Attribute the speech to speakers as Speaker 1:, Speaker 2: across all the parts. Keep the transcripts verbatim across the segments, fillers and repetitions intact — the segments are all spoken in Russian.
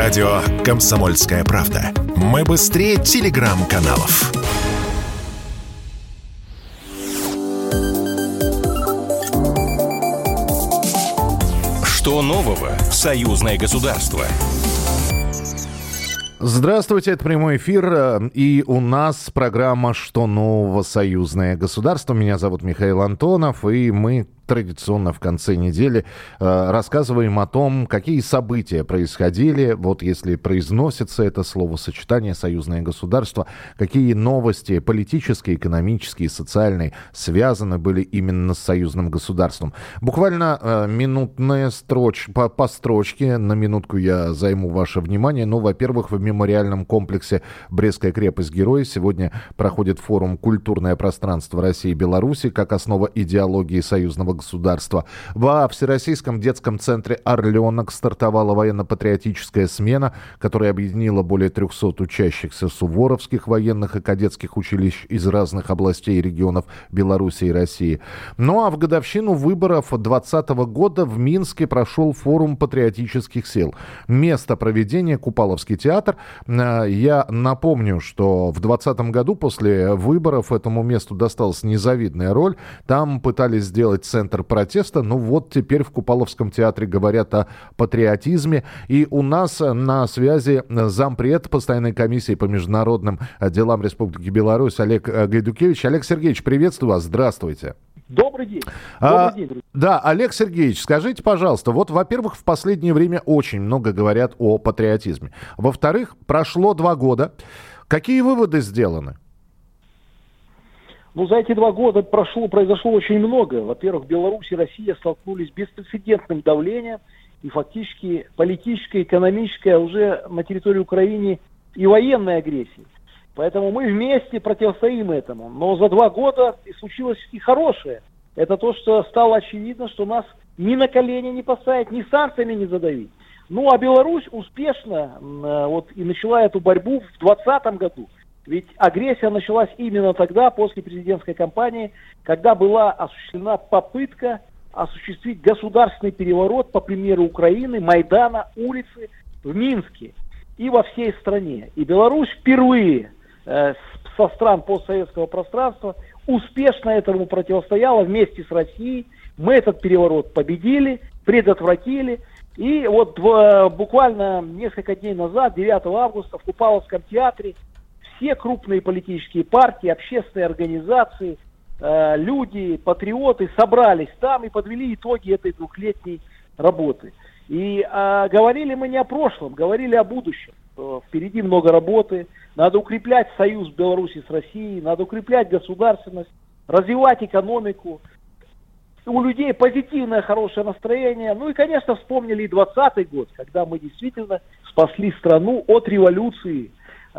Speaker 1: Радио «Комсомольская правда». Мы быстрее телеграм-каналов. Что нового в союзное государство?
Speaker 2: Здравствуйте, это прямой эфир, и у нас программа «Что нового? Союзное государство». Меня зовут Михаил Антонов, и мы традиционно в конце недели э, рассказываем о том, какие события происходили, вот если произносится это словосочетание «союзное государство», какие новости политические, экономические, социальные связаны были именно с союзным государством. Буквально э, минутная строч, по, по строчке, на минутку я займу ваше внимание. Ну, во-первых, в мемориальном комплексе «Брестская крепость-герой» сегодня проходит форум «Культурное пространство России и Беларуси как основа идеологии союзного государства». Во Всероссийском детском центре «Орленок» стартовала военно-патриотическая смена, которая объединила более трехсот учащихся суворовских военных и кадетских училищ из разных областей и регионов Беларуси и России. Ну а в годовщину выборов двадцатого года в Минске прошел форум патриотических сил. Место проведения — Купаловский театр. Я напомню, что в двадцатом году после выборов этому месту досталась незавидная роль. Там пытались сделать центр протеста. Ну вот теперь в Купаловском театре говорят о патриотизме. И у нас на связи зампред постоянной комиссии по международным делам Республики Беларусь Олег Гайдукевич. Олег Сергеевич, приветствую вас. Здравствуйте.
Speaker 3: Добрый день.
Speaker 2: А,
Speaker 3: Добрый день.
Speaker 2: да, Олег Сергеевич, скажите, пожалуйста, вот, во-первых, в последнее время очень много говорят о патриотизме. Во-вторых, прошло два года. Какие выводы сделаны?
Speaker 3: Ну, за эти два года прошло, произошло очень много. Во-первых, Беларусь и Россия столкнулись с беспрецедентным давлением и фактически политической, экономической, а уже на территории Украины и военной агрессии. Поэтому мы вместе противостоим этому. Но за два года и случилось и хорошее. Это то, что стало очевидно, что нас ни на колени не поставить, ни санкциями не задавить. Ну, а Беларусь успешно э, вот, и начала эту борьбу в двадцатом году. Ведь агрессия началась именно тогда, после президентской кампании, когда была осуществлена попытка осуществить государственный переворот, по примеру Украины, Майдана, улицы в Минске и во всей стране. И Беларусь впервые э, со стран постсоветского пространства успешно этому противостояла вместе с Россией. Мы этот переворот победили, предотвратили. И вот в, буквально несколько дней назад, девятого августа, в Купаловском театре все крупные политические партии, общественные организации, э, люди, патриоты собрались там и подвели итоги этой двухлетней работы. И э, говорили мы не о прошлом, говорили о будущем. Э, впереди много работы, надо укреплять союз Беларуси с Россией, надо укреплять государственность, развивать экономику. У людей позитивное, хорошее настроение. Ну и, конечно, вспомнили и двадцатый год, когда мы действительно спасли страну от революции,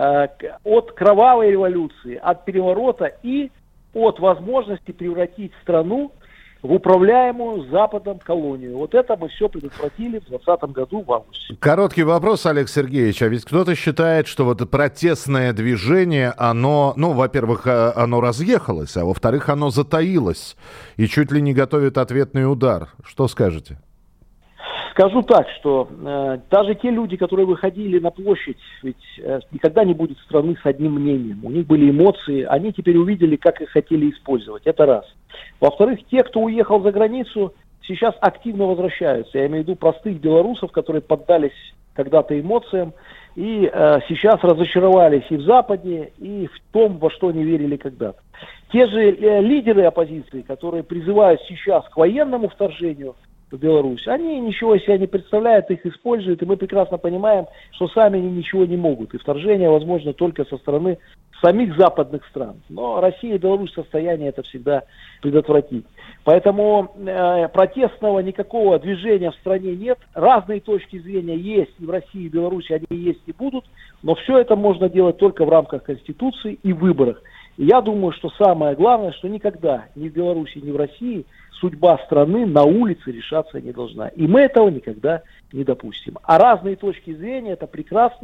Speaker 3: от кровавой революции, от переворота и от возможности превратить страну в управляемую Западом колонию. Вот это мы все предотвратили в двадцатом году в августе.
Speaker 2: Короткий вопрос, Олег Сергеевич. А ведь кто-то считает, что вот протестное движение, оно, ну, во-первых, оно разъехалось, а во-вторых, оно затаилось и чуть ли не готовит ответный удар. Что скажете?
Speaker 3: Скажу так, что э, даже те люди, которые выходили на площадь, ведь э, никогда не будет страны с одним мнением. У них были эмоции, они теперь увидели, как их хотели использовать. Это раз. Во-вторых, те, кто уехал за границу, сейчас активно возвращаются. Я имею в виду простых белорусов, которые поддались когда-то эмоциям и э, сейчас разочаровались и в Западе, и в том, во что они верили когда-то. Те же э, лидеры оппозиции, которые призывают сейчас к военному вторжению в Беларусь, они ничего из себя не представляют, их используют, и мы прекрасно понимаем, что сами они ничего не могут. И вторжение возможно только со стороны самих западных стран. Но Россия и Беларусь в состоянии это всегда предотвратить. Поэтому э, протестного никакого движения в стране нет. Разные точки зрения есть и в России, и в Беларуси, они есть и будут. Но все это можно делать только в рамках Конституции и выборах. И я думаю, что самое главное, что никогда ни в Беларуси, ни в России судьба страны на улице решаться не должна. И мы этого никогда не допустим. А разные точки зрения — это прекрасно,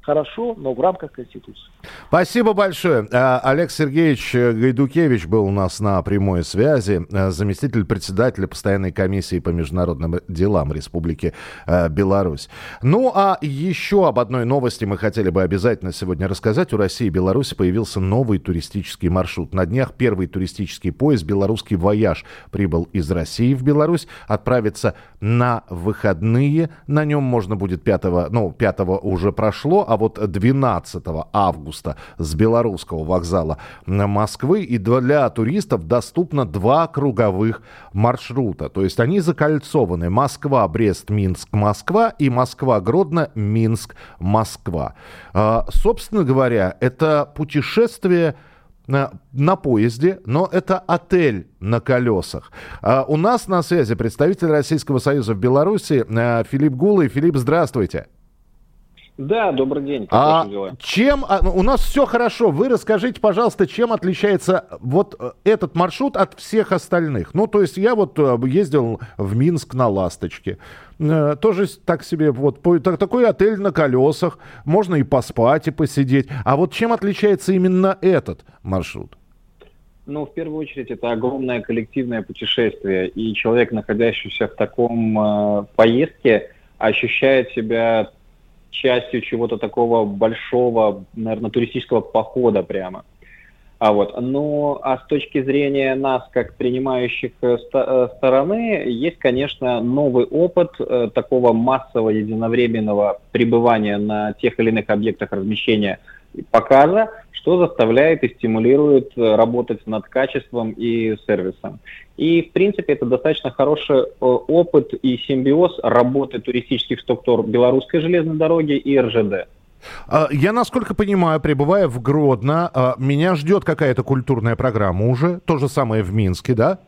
Speaker 3: хорошо, но в рамках Конституции.
Speaker 2: Спасибо большое. Олег Сергеевич Гайдукевич был у нас на прямой связи, заместитель председателя Постоянной комиссии по международным делам Республики Беларусь. Ну, а еще об одной новости мы хотели бы обязательно сегодня рассказать. У России и Беларуси появился новый туристический маршрут. На днях первый туристический поезд «Белорусский вояж» прибыл из России в Беларусь. Отправиться на выходные. На нем можно будет пятого, ну, пятого уже прошло, а вот двенадцатого августа с белорусского вокзала Москвы, и для туристов доступно два круговых маршрута. То есть они закольцованы: Москва, Брест, Минск, Москва и Москва, Гродно, Минск, Москва. А, собственно говоря, это путешествие на, на поезде, но это отель на колесах. А, у нас на связи представитель Российского Союза в Беларуси а, Филипп Гулый. Филипп, здравствуйте.
Speaker 4: Да, добрый день. Как
Speaker 2: а
Speaker 4: ваши дела?
Speaker 2: Чем, а, у нас все хорошо. Вы расскажите, пожалуйста, чем отличается вот этот маршрут от всех остальных? Ну, то есть я вот ездил в Минск на «Ласточке». Э, тоже так себе, вот по, так, такой отель на колесах. Можно и поспать, и посидеть. А вот чем отличается именно этот маршрут?
Speaker 4: Ну, в первую очередь, это огромное коллективное путешествие. И человек, находящийся в таком э, поездке, ощущает себя частью чего-то такого большого, наверное, туристического похода прямо. А вот, ну, а с точки зрения нас, как принимающих ст- стороны, есть, конечно, новый опыт э, такого массового единовременного пребывания на тех или иных объектах размещения и показа, что заставляет и стимулирует работать над качеством и сервисом. И, в принципе, это достаточно хороший опыт и симбиоз работы туристических структур Белорусской железной дороги и эр жэ дэ.
Speaker 2: Я, насколько понимаю, прибывая в Гродно, меня ждет какая-то культурная программа уже. То же самое в Минске, да?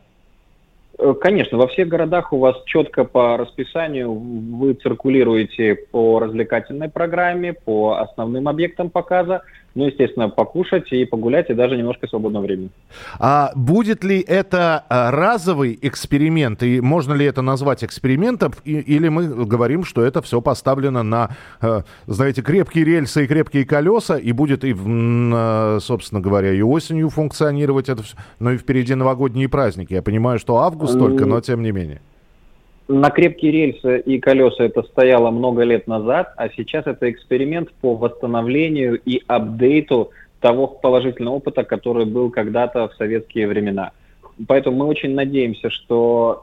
Speaker 4: Конечно, во всех городах у вас четко по расписанию вы циркулируете по развлекательной программе, по основным объектам показа, ну, естественно, покушать и погулять, и даже немножко свободного времени.
Speaker 2: А будет ли это разовый эксперимент, и можно ли это назвать экспериментом, и, или мы говорим, что это все поставлено на, знаете, крепкие рельсы и крепкие колеса, и будет, и, собственно говоря, и осенью функционировать это все, но и впереди новогодние праздники. Я понимаю, что август только, но тем не менее.
Speaker 4: На крепкие рельсы и колеса это стояло много лет назад, а сейчас это эксперимент по восстановлению и апдейту того положительного опыта, который был когда-то в советские времена. Поэтому мы очень надеемся, что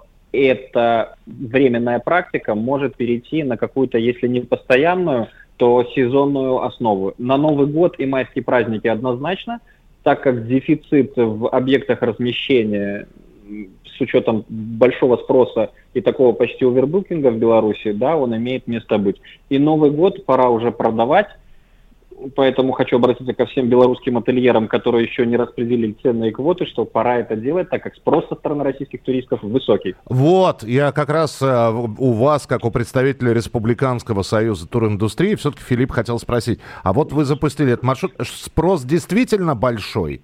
Speaker 4: эта временная практика может перейти на какую-то, если не постоянную, то сезонную основу. На Новый год и майские праздники однозначно, так как дефицит в объектах размещения с учетом большого спроса и такого почти овербукинга в Беларуси, да, он имеет место быть. И Новый год пора уже продавать, поэтому хочу обратиться ко всем белорусским ательерам, которые еще не распределили ценные квоты, что пора это делать, так как спрос со стороны российских туристов высокий.
Speaker 2: Вот, я как раз э, у вас, как у представителя Республиканского союза туриндустрии, все-таки, Филипп, хотел спросить, а вот вы запустили этот маршрут, спрос действительно большой?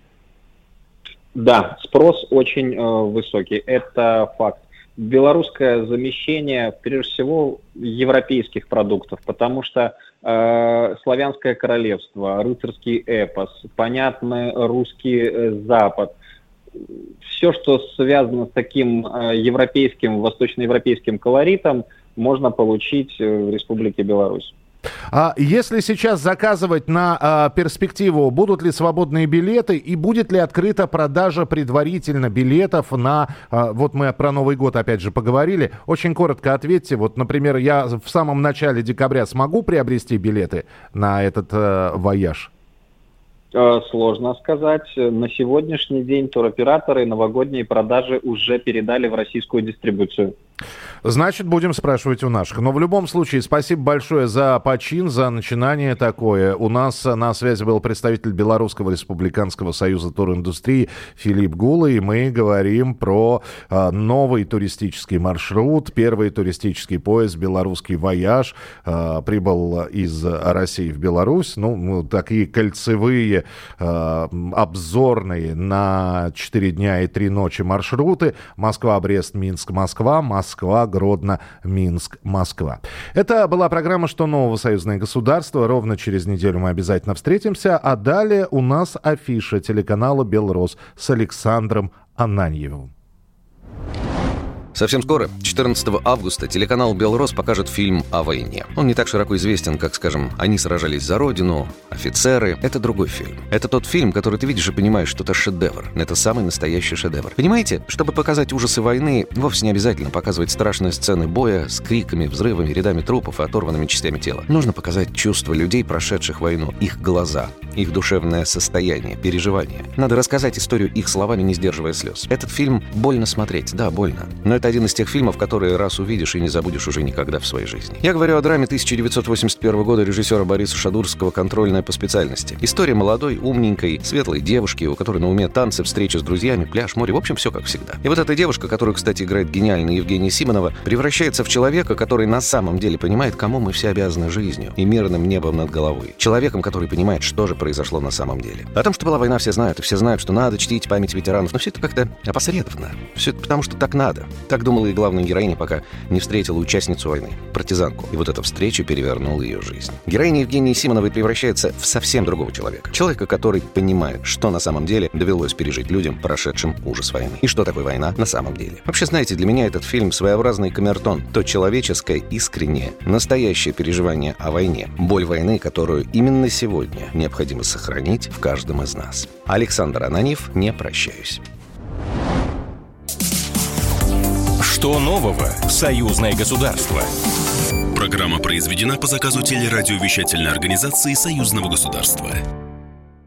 Speaker 4: Да, спрос очень э, высокий, это факт. Белорусское замещение, прежде всего, европейских продуктов, потому что э, славянское королевство, рыцарский эпос, понятный русский э, Запад, все, что связано с таким э, европейским, восточноевропейским колоритом, можно получить в Республике Беларусь.
Speaker 2: А если сейчас заказывать на а, перспективу, будут ли свободные билеты и будет ли открыта продажа предварительно билетов на... А, вот мы про Новый год опять же поговорили. Очень коротко ответьте. Вот, например, я в самом начале декабря смогу приобрести билеты на этот а, вояж?
Speaker 4: Сложно сказать. На сегодняшний день туроператоры новогодние продажи уже передали в российскую дистрибуцию.
Speaker 2: Значит, будем спрашивать у наших. Но в любом случае, спасибо большое за почин, за начинание такое. У нас на связи был представитель Белорусского республиканского союза туриндустрии Филипп Гулый. И мы говорим про а, новый туристический маршрут. Первый туристический поезд «Белорусский вояж» а, прибыл из России в Беларусь. Ну, такие кольцевые, а, обзорные на четыре дня и три ночи маршруты. Москва, Брест, Минск, Москва, Москва. Москва, Гродно, Минск, Москва. Это была программа «Что нового? Союзное государство». Ровно через неделю мы обязательно встретимся. А далее у нас афиша телеканала «Белрос» с Александром Ананьевым.
Speaker 5: Совсем скоро, четырнадцатого августа, телеканал «Белрос» покажет фильм о войне. Он не так широко известен, как, скажем, «Они сражались за Родину», «Офицеры». Это другой фильм. Это тот фильм, который ты видишь и понимаешь, что это шедевр. Это самый настоящий шедевр. Понимаете, чтобы показать ужасы войны, вовсе не обязательно показывать страшные сцены боя с криками, взрывами, рядами трупов и оторванными частями тела. Нужно показать чувства людей, прошедших войну, их глаза, их душевное состояние, переживания. Надо рассказать историю их словами, не сдерживая слез. Этот фильм больно смотреть, да, больно. Но это один из тех фильмов, которые раз увидишь и не забудешь уже никогда в своей жизни. Я говорю о драме тысяча девятьсот восемьдесят первого года режиссера Бориса Шадурского «Контрольная по специальности». История молодой, умненькой, светлой девушки, у которой на уме танцы, встречи с друзьями, пляж, море, в общем, все как всегда. И вот эта девушка, которую, кстати, играет гениальная Евгения Симонова, превращается в человека, который на самом деле понимает, кому мы все обязаны жизнью и мирным небом над головой. Человеком, который понимает, что же произошло на самом деле. О том, что была война, все знают, и все знают, что надо чтить память ветеранов, но все это как-то опосредованно. Все это потому, что так надо. Так думала и главная героиня, пока не встретила участницу войны, партизанку. И вот эта встреча перевернула ее жизнь. Героиня Евгении Симоновой превращается в совсем другого человека. Человека, который понимает, что на самом деле довелось пережить людям, прошедшим ужас войны. И что такое война на самом деле. Вообще, знаете, для меня этот фильм своеобразный камертон. То человеческое, искреннее, настоящее переживание о войне. Боль войны, которую именно сегодня необходимо сохранить в каждом из нас. Александр Ананьев, не прощаюсь.
Speaker 1: Что нового? Союзное государство.
Speaker 6: Программа произведена по заказу телерадиовещательной организации Союзного государства.